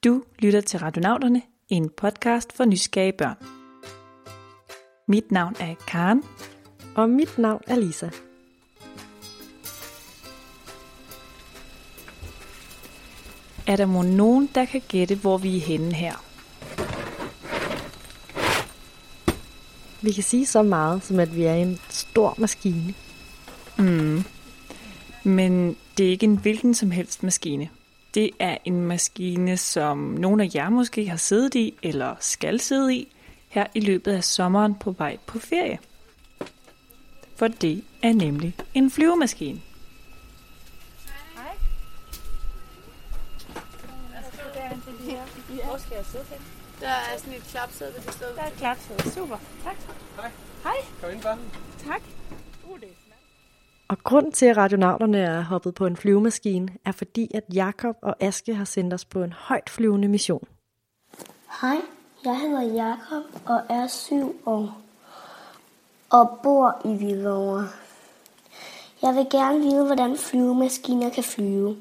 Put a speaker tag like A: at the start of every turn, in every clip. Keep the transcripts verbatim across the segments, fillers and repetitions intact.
A: Du lytter til Radionauterne, en podcast for nysgerrige børn. Mit navn er Karen.
B: Og mit navn er Lisa.
A: Er der mon nogen, der kan gætte, hvor vi er henne her?
B: Vi kan sige så meget, som at vi er en stor maskine.
A: Mm. Men det er ikke en hvilken som helst maskine. Det er en maskine, som nogle af jer måske har siddet i, eller skal sidde i, her i løbet af sommeren på vej på ferie. For det er nemlig en flyvemaskine.
C: Hej. Hvor skal jeg sidde hen? Der er sådan et klapsæde, der står.
A: Der er et klapsæde. Super. Tak.
D: Hej.
A: Hej.
D: Kom ind, barn.
A: Tak. Uh, det er
B: Og grunden til, at radionauterne er hoppet på en flyvemaskine, er fordi, at Jakob og Aske har sendt os på en højt flyvende mission.
E: Hej, jeg hedder Jakob og er syv år og bor i Hvidovre. Jeg vil gerne vide, hvordan flyvemaskiner kan flyve.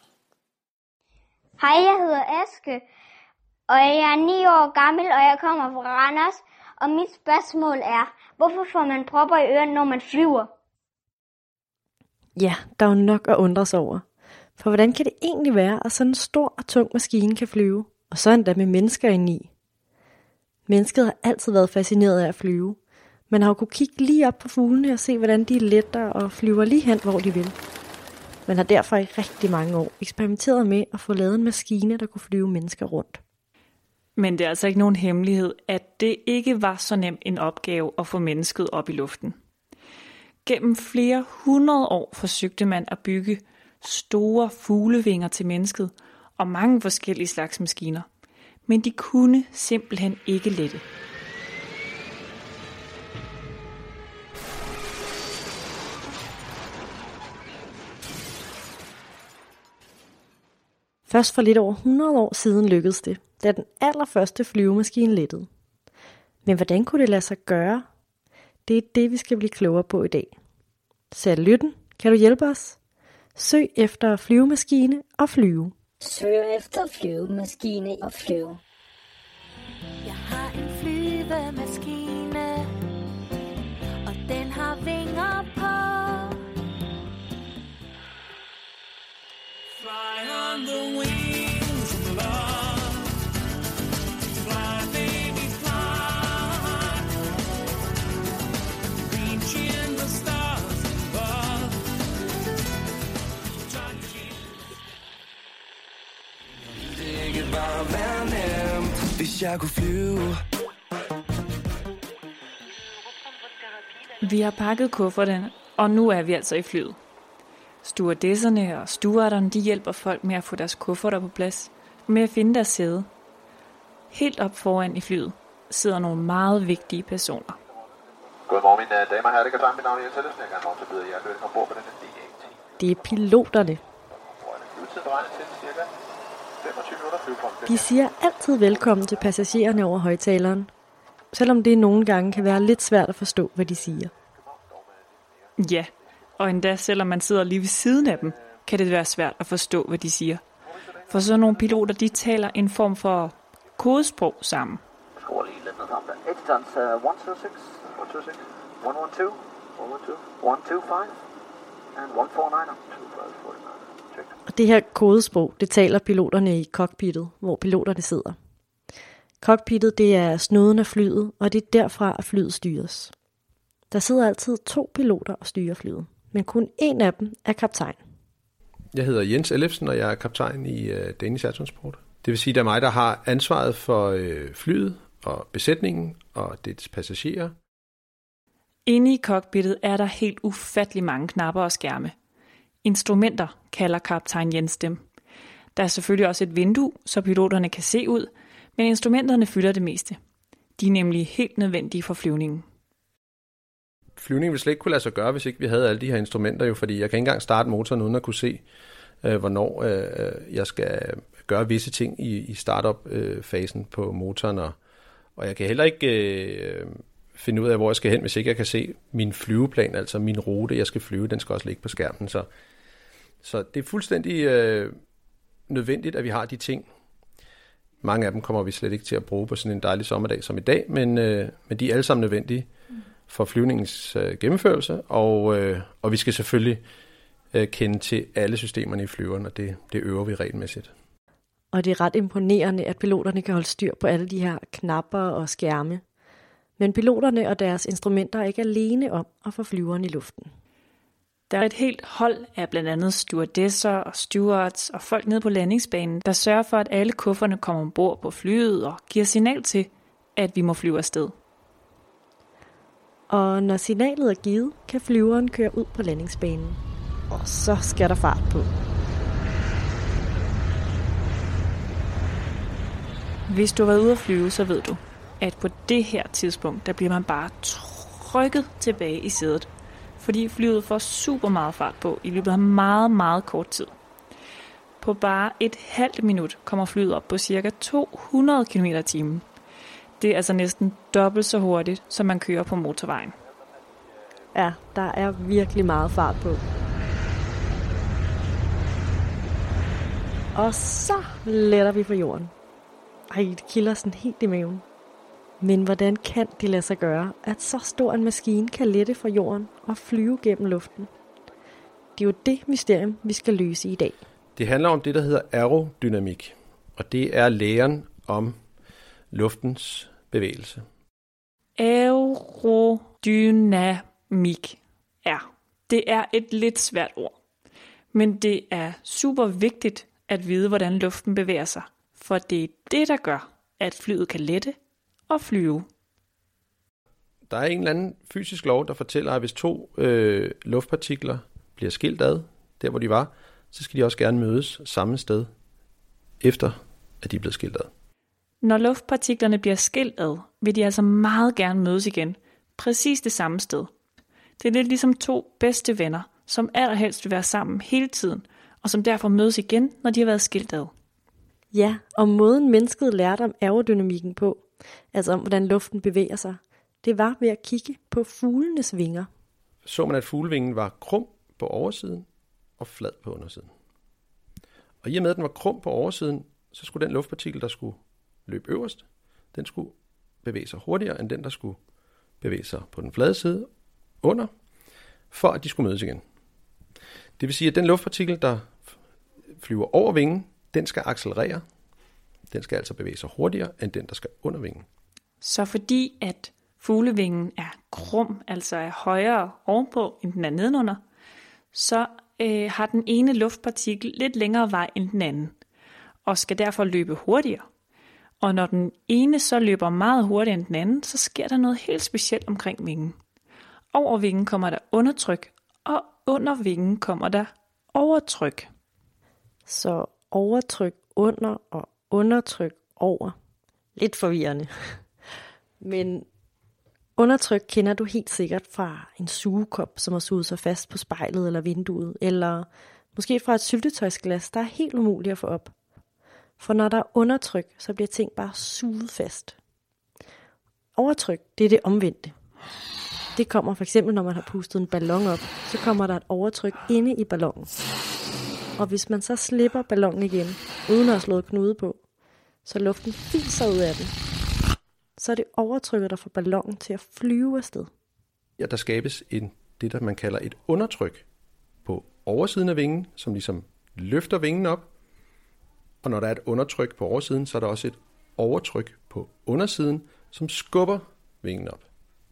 F: Hej, jeg hedder Aske, og jeg er ni år gammel, og jeg kommer fra Randers. Og mit spørgsmål er, hvorfor får man propper i ørerne, når man flyver?
B: Ja, der er jo nok at undre sig over. For hvordan kan det egentlig være, at sådan en stor og tung maskine kan flyve, og så endda med mennesker indeni? Mennesket har altid været fascineret af at flyve. Man har jo kunnet kigge lige op på fuglene og se, hvordan de letter og flyver lige hen, hvor de vil. Man har derfor i rigtig mange år eksperimenteret med at få lavet en maskine, der kunne flyve mennesker rundt.
A: Men det er altså ikke nogen hemmelighed, at det ikke var så nem en opgave at få mennesket op i luften. Gennem flere hundrede år forsøgte man at bygge store fuglevinger til mennesket og mange forskellige slags maskiner. Men de kunne simpelthen ikke lette.
B: Først for lidt over hundrede år siden lykkedes det, da den allerførste flyvemaskine lettede. Men hvordan kunne det lade sig gøre? Det er det, vi skal blive klogere på i dag. Satellitten, kan du hjælpe os? Søg efter flyvemaskine og flyve.
G: Søg efter flyvemaskine og flyve.
H: Jeg har en flyvemaskine, og den har vinger på.
I: Fly on the wings of love. Fly, baby, fly. Reaching the stars above. Det kan bare være nemt, hvis jeg kunne flyve.
A: Vi har pakket kufferterne, og nu er vi altså i flyet. Stewardesserne og stewarderne, de hjælper folk med at få deres kufferter på plads, med at finde deres sæde. Helt op foran i flyet sidder nogle meget vigtige personer.
D: Godmorgen, mine damer og herrer. Det kan tage mit navn i Jens. Jeg kan lov til at byde jer velkommen ombord på denne D A T.
B: Det er piloterne.
D: Flyvetid beregnet til cirka femogtyve minutter flyvepunkt.
B: De siger altid velkommen til passagererne over højtaleren, selvom det nogle gange kan være lidt svært at forstå, hvad de siger.
A: Ja, og endda selvom man sidder lige ved siden af dem, kan det være svært at forstå, hvad de siger. For så nogle piloter, de taler en form for kodesprog sammen.
D: Skruer lige lidt ned sammen der. Editons uh, one two six, one two six, one one two, one one two, one two five, and one four nine, two five four nine. Check.
B: Og det her kodesprog, det taler piloterne i cockpittet, hvor piloterne sidder. Cockpittet, det er snuden af flyet, og det er derfra, at flyet styres. Der sidder altid to piloter og styrer flyet, men kun én af dem er kaptajn.
J: Jeg hedder Jens Ellefsen, og jeg er kaptajn i uh, Danish Air Transport. Det vil sige, at det er mig, der har ansvaret for uh, flyet og besætningen og dets passagerer.
A: Inde i cockpittet er der helt ufattelig mange knapper og skærme. Instrumenter kalder kaptajn Jens dem. Der er selvfølgelig også et vindue, så piloterne kan se ud, men instrumenterne fylder det meste. De er nemlig helt nødvendige for flyvningen.
J: Flyvningen ville slet ikke kunne lade sig gøre, hvis ikke vi havde alle de her instrumenter, jo, fordi jeg kan ikke engang starte motoren uden at kunne se, øh, hvornår øh, jeg skal gøre visse ting i, i startup-fasen øh, på motoren, og, og jeg kan heller ikke øh, finde ud af, hvor jeg skal hen, hvis ikke jeg kan se min flyveplan, altså min rute, jeg skal flyve, den skal også ligge på skærmen. Så, så det er fuldstændig øh, nødvendigt, at vi har de ting. Mange af dem kommer vi slet ikke til at bruge på sådan en dejlig sommerdag som i dag, men, øh, men de er alle sammen nødvendige for flyvningens øh, gennemførelse, og, øh, og vi skal selvfølgelig øh, kende til alle systemerne i flyveren, og det, det øver vi regelmæssigt.
B: Og det er ret imponerende, at piloterne kan holde styr på alle de her knapper og skærme. Men piloterne og deres instrumenter er ikke alene om at få flyveren i luften.
A: Der er et helt hold af blandt andet stewardesser og stewards og folk nede på landingsbanen, der sørger for, at alle kufferne kommer ombord på flyet og giver signal til, at vi må flyve afsted.
B: Og når signalet er givet, kan flyveren køre ud på landingsbanen. Og så skal der fart på.
A: Hvis du har været ude at flyve, så ved du, at på det her tidspunkt, der bliver man bare trykket tilbage i sædet, fordi flyet får super meget fart på i løbet af meget, meget kort tid. På bare et halvt minut kommer flyet op på ca. to hundrede kilometer i timen. Det er altså næsten dobbelt så hurtigt, som man kører på motorvejen.
B: Ja, der er virkelig meget fart på. Og så letter vi på jorden. Ej, det kilder sådan helt i maven. Men hvordan kan det lade sig gøre, at så stor en maskine kan lette fra jorden og flyve gennem luften? Det er jo det mysterium, vi skal løse i dag.
J: Det handler om det, der hedder aerodynamik, og det er læren om luftens bevægelse.
A: Aerodynamik. Ja, det er et lidt svært ord. Men det er super vigtigt at vide, hvordan luften bevæger sig. For det er det, der gør, at flyet kan lette og flyve.
J: Der er en eller anden fysisk lov, der fortæller, at hvis to øh, luftpartikler bliver skilt ad, der hvor de var, så skal de også gerne mødes samme sted, efter at de er blevet skilt ad.
A: Når luftpartiklerne bliver skilt ad, vil de altså meget gerne mødes igen, præcis det samme sted. Det er lidt ligesom to bedste venner, som allerhelst vil være sammen hele tiden, og som derfor mødes igen, når de har været skilt ad.
B: Ja, og måden mennesket lærte om aerodynamikken på, altså om hvordan luften bevæger sig, det var ved at kigge på fuglenes vinger.
J: Så man, at fuglevingen var krum på oversiden og flad på undersiden. Og i og med, at den var krum på oversiden, så skulle den luftpartikel, der skulle løbe øverst, den skulle bevæge sig hurtigere end den, der skulle bevæge sig på den flade side under, for at de skulle mødes igen. Det vil sige, at den luftpartikel, der flyver over vingen, den skal accelerere. Den skal altså bevæge sig hurtigere end den, der skal under vingen.
A: Så fordi at fuglevingen er krum, altså er højere ovenpå, end den er nedenunder, så øh, har den ene luftpartikel lidt længere vej end den anden, og skal derfor løbe hurtigere. Og når den ene så løber meget hurtigere end den anden, så sker der noget helt specielt omkring vingen. Over vingen kommer der undertryk, og under vingen kommer der overtryk.
B: Så overtryk under og undertryk over. Lidt forvirrende. Men undertryk kender du helt sikkert fra en sugekop, som har suget sig fast på spejlet eller vinduet, eller måske fra et syltetøjsglas, der er helt umuligt at få op. For når der er undertryk, så bliver ting bare suget fast. Overtryk, det er det omvendte. Det kommer for eksempel, når man har pustet en ballon op, så kommer der et overtryk inde i ballonen. Og hvis man så slipper ballonen igen, uden at have slået knude på, så luften fiser ud af den, så er det overtrykket, der får ballonen til at flyve afsted.
J: Ja, der skabes en, det, der man kalder et undertryk på oversiden af vingen, som ligesom løfter vingen op. Og når der er et undertryk på oversiden, så er der også et overtryk på undersiden, som skubber vingen op.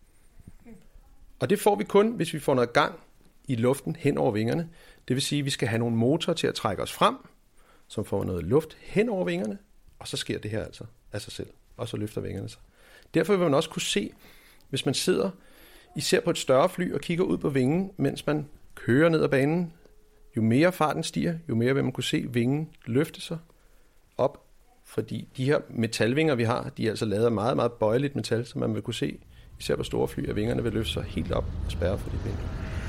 J: Og det får vi kun, hvis vi får noget gang i luften hen over vingerne. Det vil sige, at vi skal have nogle motorer til at trække os frem, som får noget luft hen over vingerne, og så sker det her altså af sig selv, og så løfter vingerne sig. Derfor vil man også kunne se, hvis man sidder især på et større fly og kigger ud på vingen, mens man kører ned ad banen, jo mere farten stiger, jo mere vil man kunne se vingen løfte sig op, fordi de her metalvinger, vi har, de er altså lavet af meget, meget bøjeligt metal, så man vil kunne se, især på store fly, at vingerne vil løfte sig helt op og spærre for de vinduer.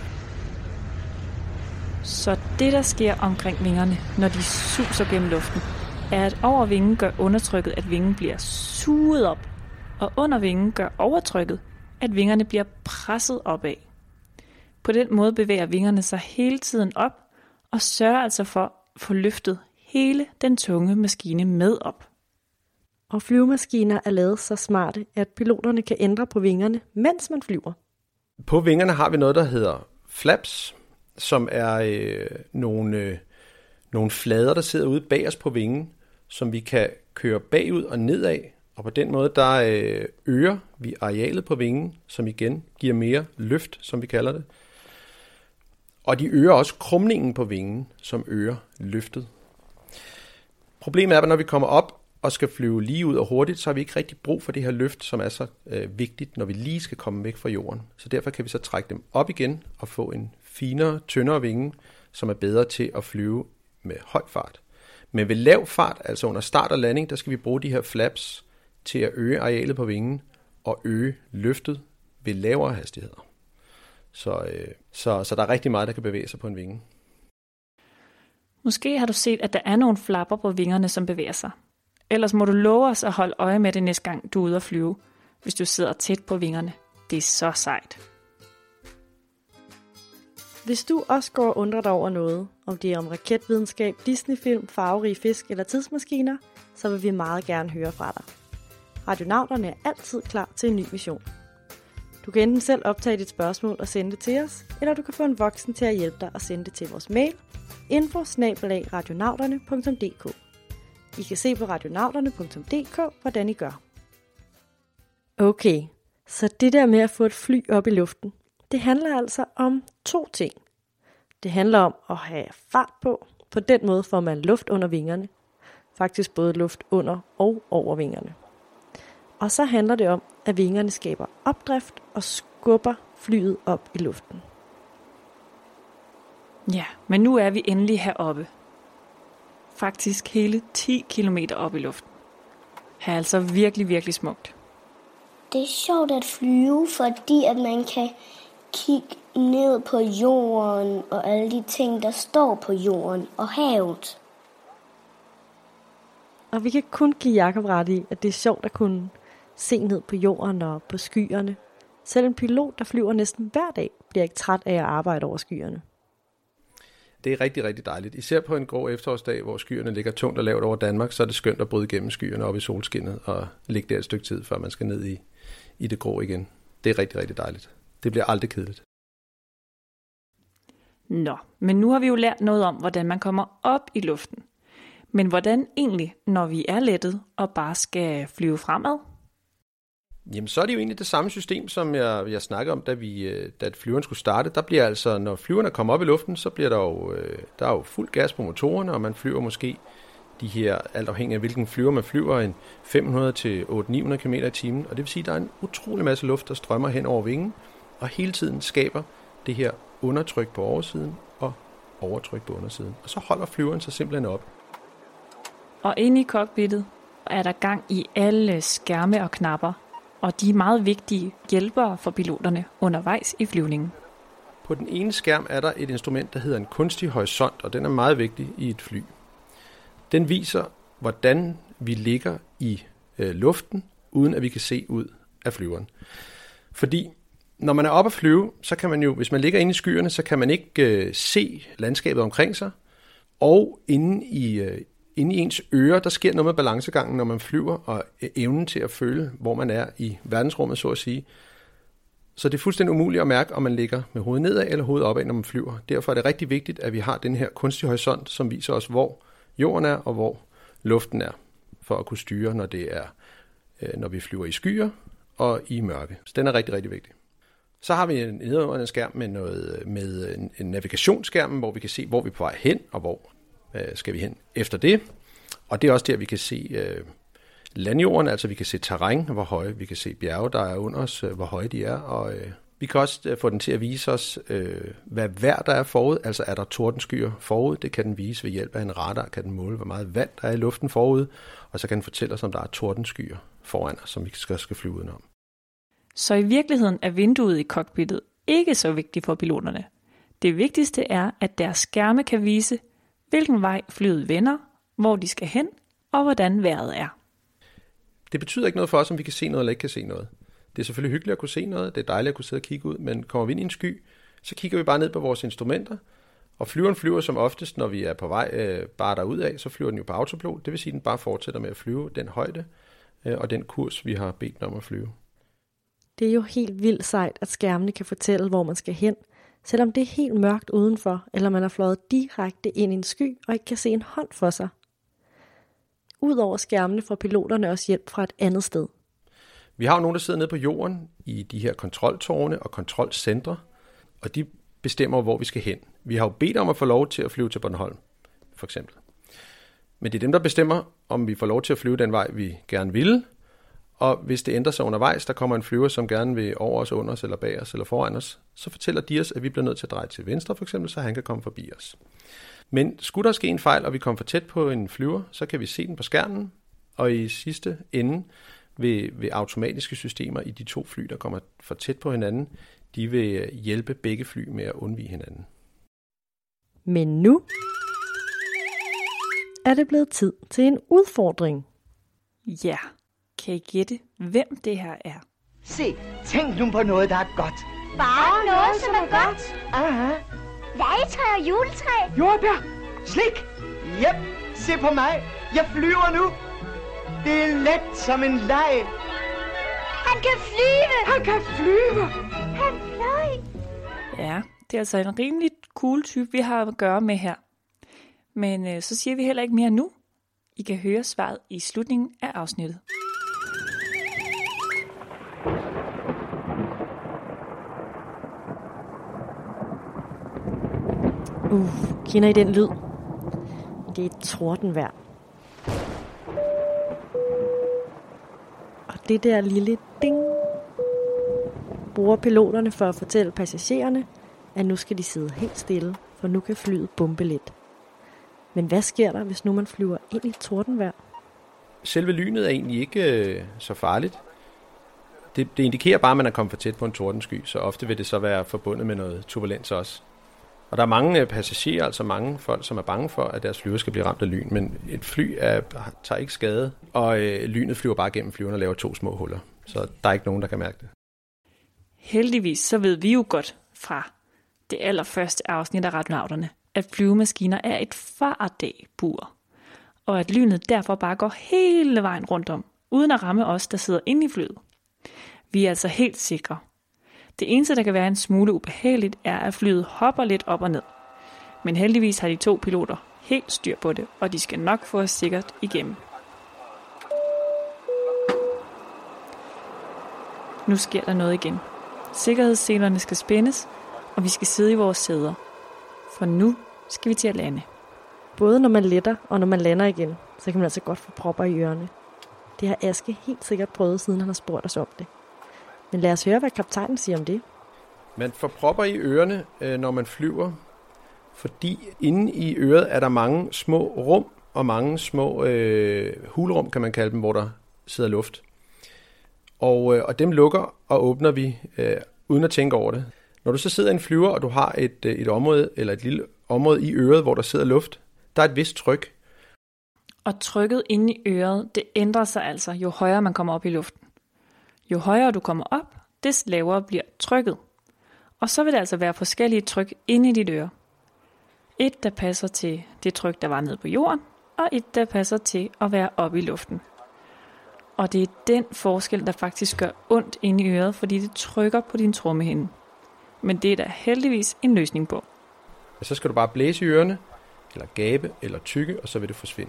A: Så det, der sker omkring vingerne, når de suser gennem luften, er, at over vingen gør undertrykket, at vingen bliver suget op, og under vingen gør overtrykket, at vingerne bliver presset opad. På den måde bevæger vingerne sig hele tiden op, og sørger altså for at få løftet hele den tunge maskine med op.
B: Og flyvemaskiner er lavet så smarte, at piloterne kan ændre på vingerne, mens man flyver.
J: På vingerne har vi noget, der hedder flaps, som er øh, nogle, øh, nogle flader, der sidder ude bag os på vingen, som vi kan køre bagud og nedad. Og på den måde, der øh, øger vi arealet på vingen, som igen giver mere løft, som vi kalder det. Og de øger også krumningen på vingen, som øger løftet. Problemet er, at når vi kommer op og skal flyve lige ud og hurtigt, så har vi ikke rigtig brug for det her løft, som er så øh, vigtigt, når vi lige skal komme væk fra jorden. Så derfor kan vi så trække dem op igen og få en finere, tyndere vinge, som er bedre til at flyve med høj fart. Men ved lav fart, altså under start og landing, der skal vi bruge de her flaps til at øge arealet på vingen og øge løftet ved lavere hastigheder. Så, øh, så, så der er rigtig meget, der kan bevæge sig på en vinge.
A: Måske har du set, at der er nogle flapper på vingerne, som bevæger sig. Ellers må du love os at holde øje med det næste gang, du er ude at flyve, hvis du sidder tæt på vingerne. Det er så sejt.
B: Hvis du også går og undrer dig over noget, om det er om raketvidenskab, Disney-film, farverige fisk eller tidsmaskiner, så vil vi meget gerne høre fra dig. Radionauterne er altid klar til en ny mission. Du kan enten selv optage dit spørgsmål og sende det til os, eller du kan få en voksen til at hjælpe dig og sende det til vores mail info bindestreg radionauterne punktum d k. I kan se på radionauterne punktum d k, hvordan I gør. Okay, så det der med at få et fly op i luften, det handler altså om to ting. Det handler om at have fart på. På den måde får man luft under vingerne. Faktisk både luft under og over vingerne. Og så handler det om, at vingerne skaber opdrift og skubber flyet op i luften.
A: Ja, men nu er vi endelig heroppe. Faktisk hele ti kilometer op i luften. Her er altså virkelig, virkelig smukt.
E: Det er sjovt at flyve, fordi at man kan kigge ned på jorden og alle de ting, der står på jorden og havet.
B: Og vi kan kun give Jakob ret i, at det er sjovt at kunne se ned på jorden og på skyerne. Selv en pilot, der flyver næsten hver dag, bliver ikke træt af at arbejde over skyerne.
J: Det er rigtig, rigtig dejligt. Især på en grå efterårsdag, hvor skyerne ligger tungt og lavt over Danmark, så er det skønt at bryde gennem skyerne op i solskinnet og ligge der et stykke tid, før man skal ned i, i det grå igen. Det er rigtig, rigtig dejligt. Det bliver aldrig kedeligt.
A: Nå, men nu har vi jo lært noget om, hvordan man kommer op i luften. Men hvordan egentlig, når vi er lettet og bare skal flyve fremad?
J: Jamen, så er det jo egentlig det samme system, som jeg, jeg snakkede om, da, vi, da flyveren skulle starte. Der bliver altså, når flyverne kommer op i luften, så bliver der jo, der er jo fuld gas på motorerne, og man flyver måske de her, alt afhængig af hvilken flyver man flyver, en fem hundrede til otte hundrede til ni hundrede kilometer i timen. Og det vil sige, at der er en utrolig masse luft, der strømmer hen over vingen, og hele tiden skaber det her undertryk på oversiden og overtryk på undersiden. Og så holder flyveren sig simpelthen op.
A: Og inde i cockpittet er der gang i alle skærme og knapper, og de er meget vigtige hjælpere for piloterne undervejs i flyvningen.
J: På den ene skærm er der et instrument, der hedder en kunstig horisont, og den er meget vigtig i et fly. Den viser, hvordan vi ligger i øh, luften, uden at vi kan se ud af flyveren. Fordi når man er oppe at flyve, så kan man jo, hvis man ligger inde i skyerne, så kan man ikke øh, se landskabet omkring sig. Og inde i, øh, inde i ens ører, der sker noget med balancegangen, når man flyver, og evnen til at føle, hvor man er i verdensrummet, så at sige. Så det er fuldstændig umuligt at mærke, om man ligger med hovedet nedad eller hovedet opad, når man flyver. Derfor er det rigtig vigtigt, at vi har den her kunstige horisont, som viser os, hvor jorden er og hvor luften er, for at kunne styre, når det er, øh, når vi flyver i skyer og i mørke. Så den er rigtig, rigtig vigtig. Så har vi en nedenunder skærm med, noget, med en, en navigationsskærm, hvor vi kan se, hvor vi er på vej hen, og hvor øh, skal vi hen efter det. Og det er også der, vi kan se øh, landjorden, altså vi kan se terræn, hvor høje, vi kan se bjerge, der er under os, hvor høje de er, og øh, vi kan også øh, få den til at vise os, øh, hvad vejr der er forud, altså er der tordenskyer forud, det kan den vise ved hjælp af en radar, kan den måle, hvor meget vand der er i luften forud, og så kan den fortælle os, om der er tordenskyer foran os, som vi skal, skal flyve udenom.
A: Så i virkeligheden er vinduet i cockpittet ikke så vigtigt for piloterne. Det vigtigste er, at deres skærme kan vise, hvilken vej flyet vender, hvor de skal hen, og hvordan vejret er.
J: Det betyder ikke noget for os, om vi kan se noget eller ikke kan se noget. Det er selvfølgelig hyggeligt at kunne se noget, det er dejligt at kunne sidde og kigge ud, men kommer vi ind i en sky, så kigger vi bare ned på vores instrumenter, og flyveren flyver som oftest, når vi er på vej øh, bare derudad, så flyver den jo på autopilot, det vil sige, at den bare fortsætter med at flyve den højde, øh, og den kurs, vi har bedt om at flyve.
B: Det er jo helt vildt sejt, at skærmene kan fortælle, hvor man skal hen, selvom det er helt mørkt udenfor, eller man er fløjet direkte ind i en sky og ikke kan se en hånd for sig. Udover skærmene får piloterne også hjælp fra et andet sted.
J: Vi har jo nogen, der sidder nede på jorden i de her kontroltårne og kontrolcentre, og de bestemmer, hvor vi skal hen. Vi har jo bedt om at få lov til at flyve til Bornholm, for eksempel. Men det er dem, der bestemmer, om vi får lov til at flyve den vej, vi gerne vil. Og hvis det ændrer sig undervejs, der kommer en flyver, som gerne vil over os, under os, eller bag os, eller foran os, så fortæller de os, at vi bliver nødt til at dreje til venstre, for eksempel, så han kan komme forbi os. Men skulle der ske en fejl, og vi kommer for tæt på en flyver, så kan vi se den på skærmen, og i sidste ende vil, vil automatiske systemer i de to fly, der kommer for tæt på hinanden, de vil hjælpe begge fly med at undvige hinanden.
B: Men nu er det blevet tid til en udfordring.
A: Ja, kan I gætte, hvem det her er?
K: Se, tænk nu på noget, der er godt.
F: Bare noget, som er godt.
K: Aha.
F: Legetøj og juletræ.
K: Jordbær. Slik. Jep, se på mig. Jeg flyver nu. Det er let som en leg.
F: Han kan flyve.
K: Han kan flyve.
F: Han fløj.
A: Ja, det er altså en rimelig cool type, vi har at gøre med her. Men øh, så siger vi heller ikke mere nu. I kan høre svaret i slutningen af afsnittet.
B: Uh, kender I den lyd? Det er et tordenvejr. Og det der lille ding bruger piloterne for at fortælle passagererne, at nu skal de sidde helt stille, for nu kan flyet bombe lidt. Men hvad sker der, hvis nu man flyver ind i et tordenvejr?
J: Selve lynet er egentlig ikke øh, så farligt. Det, det indikerer bare, at man er kommet for tæt på en tordensky, så ofte vil det så være forbundet med noget turbulens også. Og der er mange passagerer, altså mange folk, som er bange for, at deres flyver skal blive ramt af lyn, men et fly er, tager ikke skade, og øh, lynet flyver bare gennem flyverne og laver to små huller. Så der er ikke nogen, der kan mærke det.
A: Heldigvis så ved vi jo godt fra det allerførste afsnit af Radionauterne, at flyvemaskiner er et faraday-bur, og at lynet derfor bare går hele vejen rundt om, uden at ramme os, der sidder inde i flyet. Vi er altså helt sikre. Det eneste, der kan være en smule ubehageligt, er, at flyet hopper lidt op og ned. Men heldigvis har de to piloter helt styr på det, og de skal nok få os sikkert igennem. Nu sker der noget igen. Sikkerhedsselerne skal spændes, og vi skal sidde i vores sæder. For nu skal vi til at lande.
B: Både når man letter og når man lander igen, så kan man altså godt få propper i ørerne. Det har Aske helt sikkert prøvet, siden han har spurgt os om det. Men lad os høre, hvad kaptajnen siger om det.
J: Man får propper i ørerne, når man flyver, fordi inde i øret er der mange små rum, og mange små øh, hulrum, kan man kalde dem, hvor der sidder luft. Og, øh, og dem lukker og åbner vi, øh, uden at tænke over det. Når du så sidder i en flyver, og du har et, et område, eller et lille område i øret, hvor der sidder luft, der er et vist tryk.
A: Og trykket inde i øret, det ændrer sig altså, jo højere man kommer op i luften. Jo højere du kommer op, des lavere bliver trykket. Og så vil det altså være forskellige tryk inde i dit øre. Et, der passer til det tryk, der var nede på jorden, og et, der passer til at være oppe i luften. Og det er den forskel, der faktisk gør ondt inde i øret, fordi det trykker på din trommehinde. Men det er der heldigvis en løsning på.
J: Og så skal du bare blæse i ørerne, eller gabe, eller tykke, og så vil det forsvinde.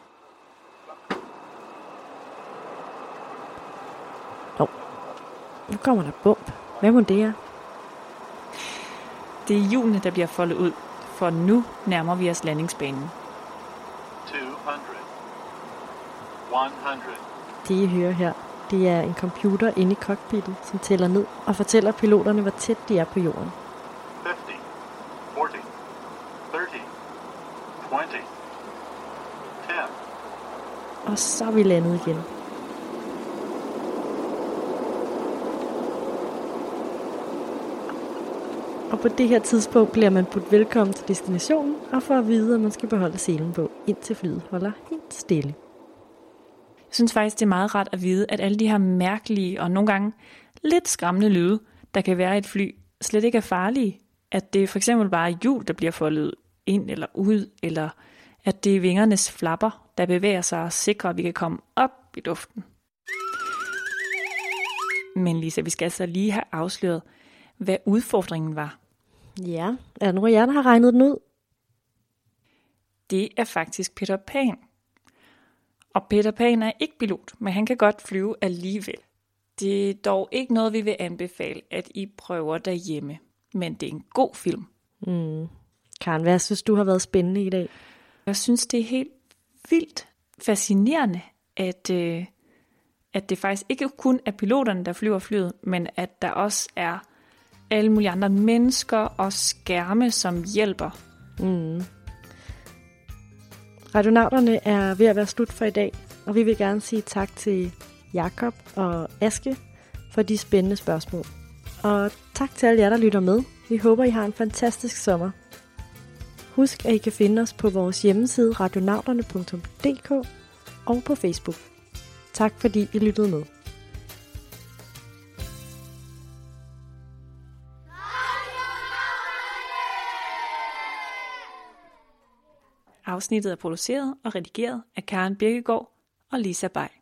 B: Oh. Nu kommer der bump. Hvad må det er?
A: Det er hjulene, der bliver foldet ud, for nu nærmer vi os landingsbanen.
L: to hundrede. hundrede.
B: Det I hører her, det er en computer inde i cockpittet, som tæller ned og fortæller piloterne, hvor tæt de er på jorden.
L: halvtreds, fyrre, tredive, tyve, ti.
B: Og så er vi landet igen. Og på det her tidspunkt bliver man budt velkommen til destinationen, og får at vide, at man skal beholde selen på, indtil flyet holder helt stille.
A: Jeg synes faktisk, det er meget rart at vide, at alle de her mærkelige og nogle gange lidt skræmmende lyde, der kan være i et fly, slet ikke er farlige. At det for eksempel bare er hjul, der bliver foldet ind eller ud, eller at det er vingernes flapper, der bevæger sig og sikrer, at vi kan komme op i luften. Men Lisa, vi skal altså lige have afsløret, hvad udfordringen var.
B: Ja, er der nogen af jer, der har regnet den ud?
A: Det er faktisk Peter Pan. Og Peter Pan er ikke pilot, men han kan godt flyve alligevel. Det er dog ikke noget, vi vil anbefale, at I prøver derhjemme. Men det er en god film.
B: Mm. Karen, hvad synes du har været spændende i dag?
A: Jeg synes, det er helt vildt fascinerende, at, øh, at det faktisk ikke kun er piloterne, der flyver flyet, men at der også er alle mulige andre mennesker og skærme, som hjælper.
B: Mm. Radionauterne er ved at være slut for i dag, og vi vil gerne sige tak til Jakob og Aske for de spændende spørgsmål. Og tak til alle jer, der lytter med. Vi håber, I har en fantastisk sommer. Husk, at I kan finde os på vores hjemmeside radionauterne punktum d k og på Facebook. Tak fordi I lyttede med.
A: Afsnittet er produceret og redigeret af Karen Birkegaard og Lisa Bay.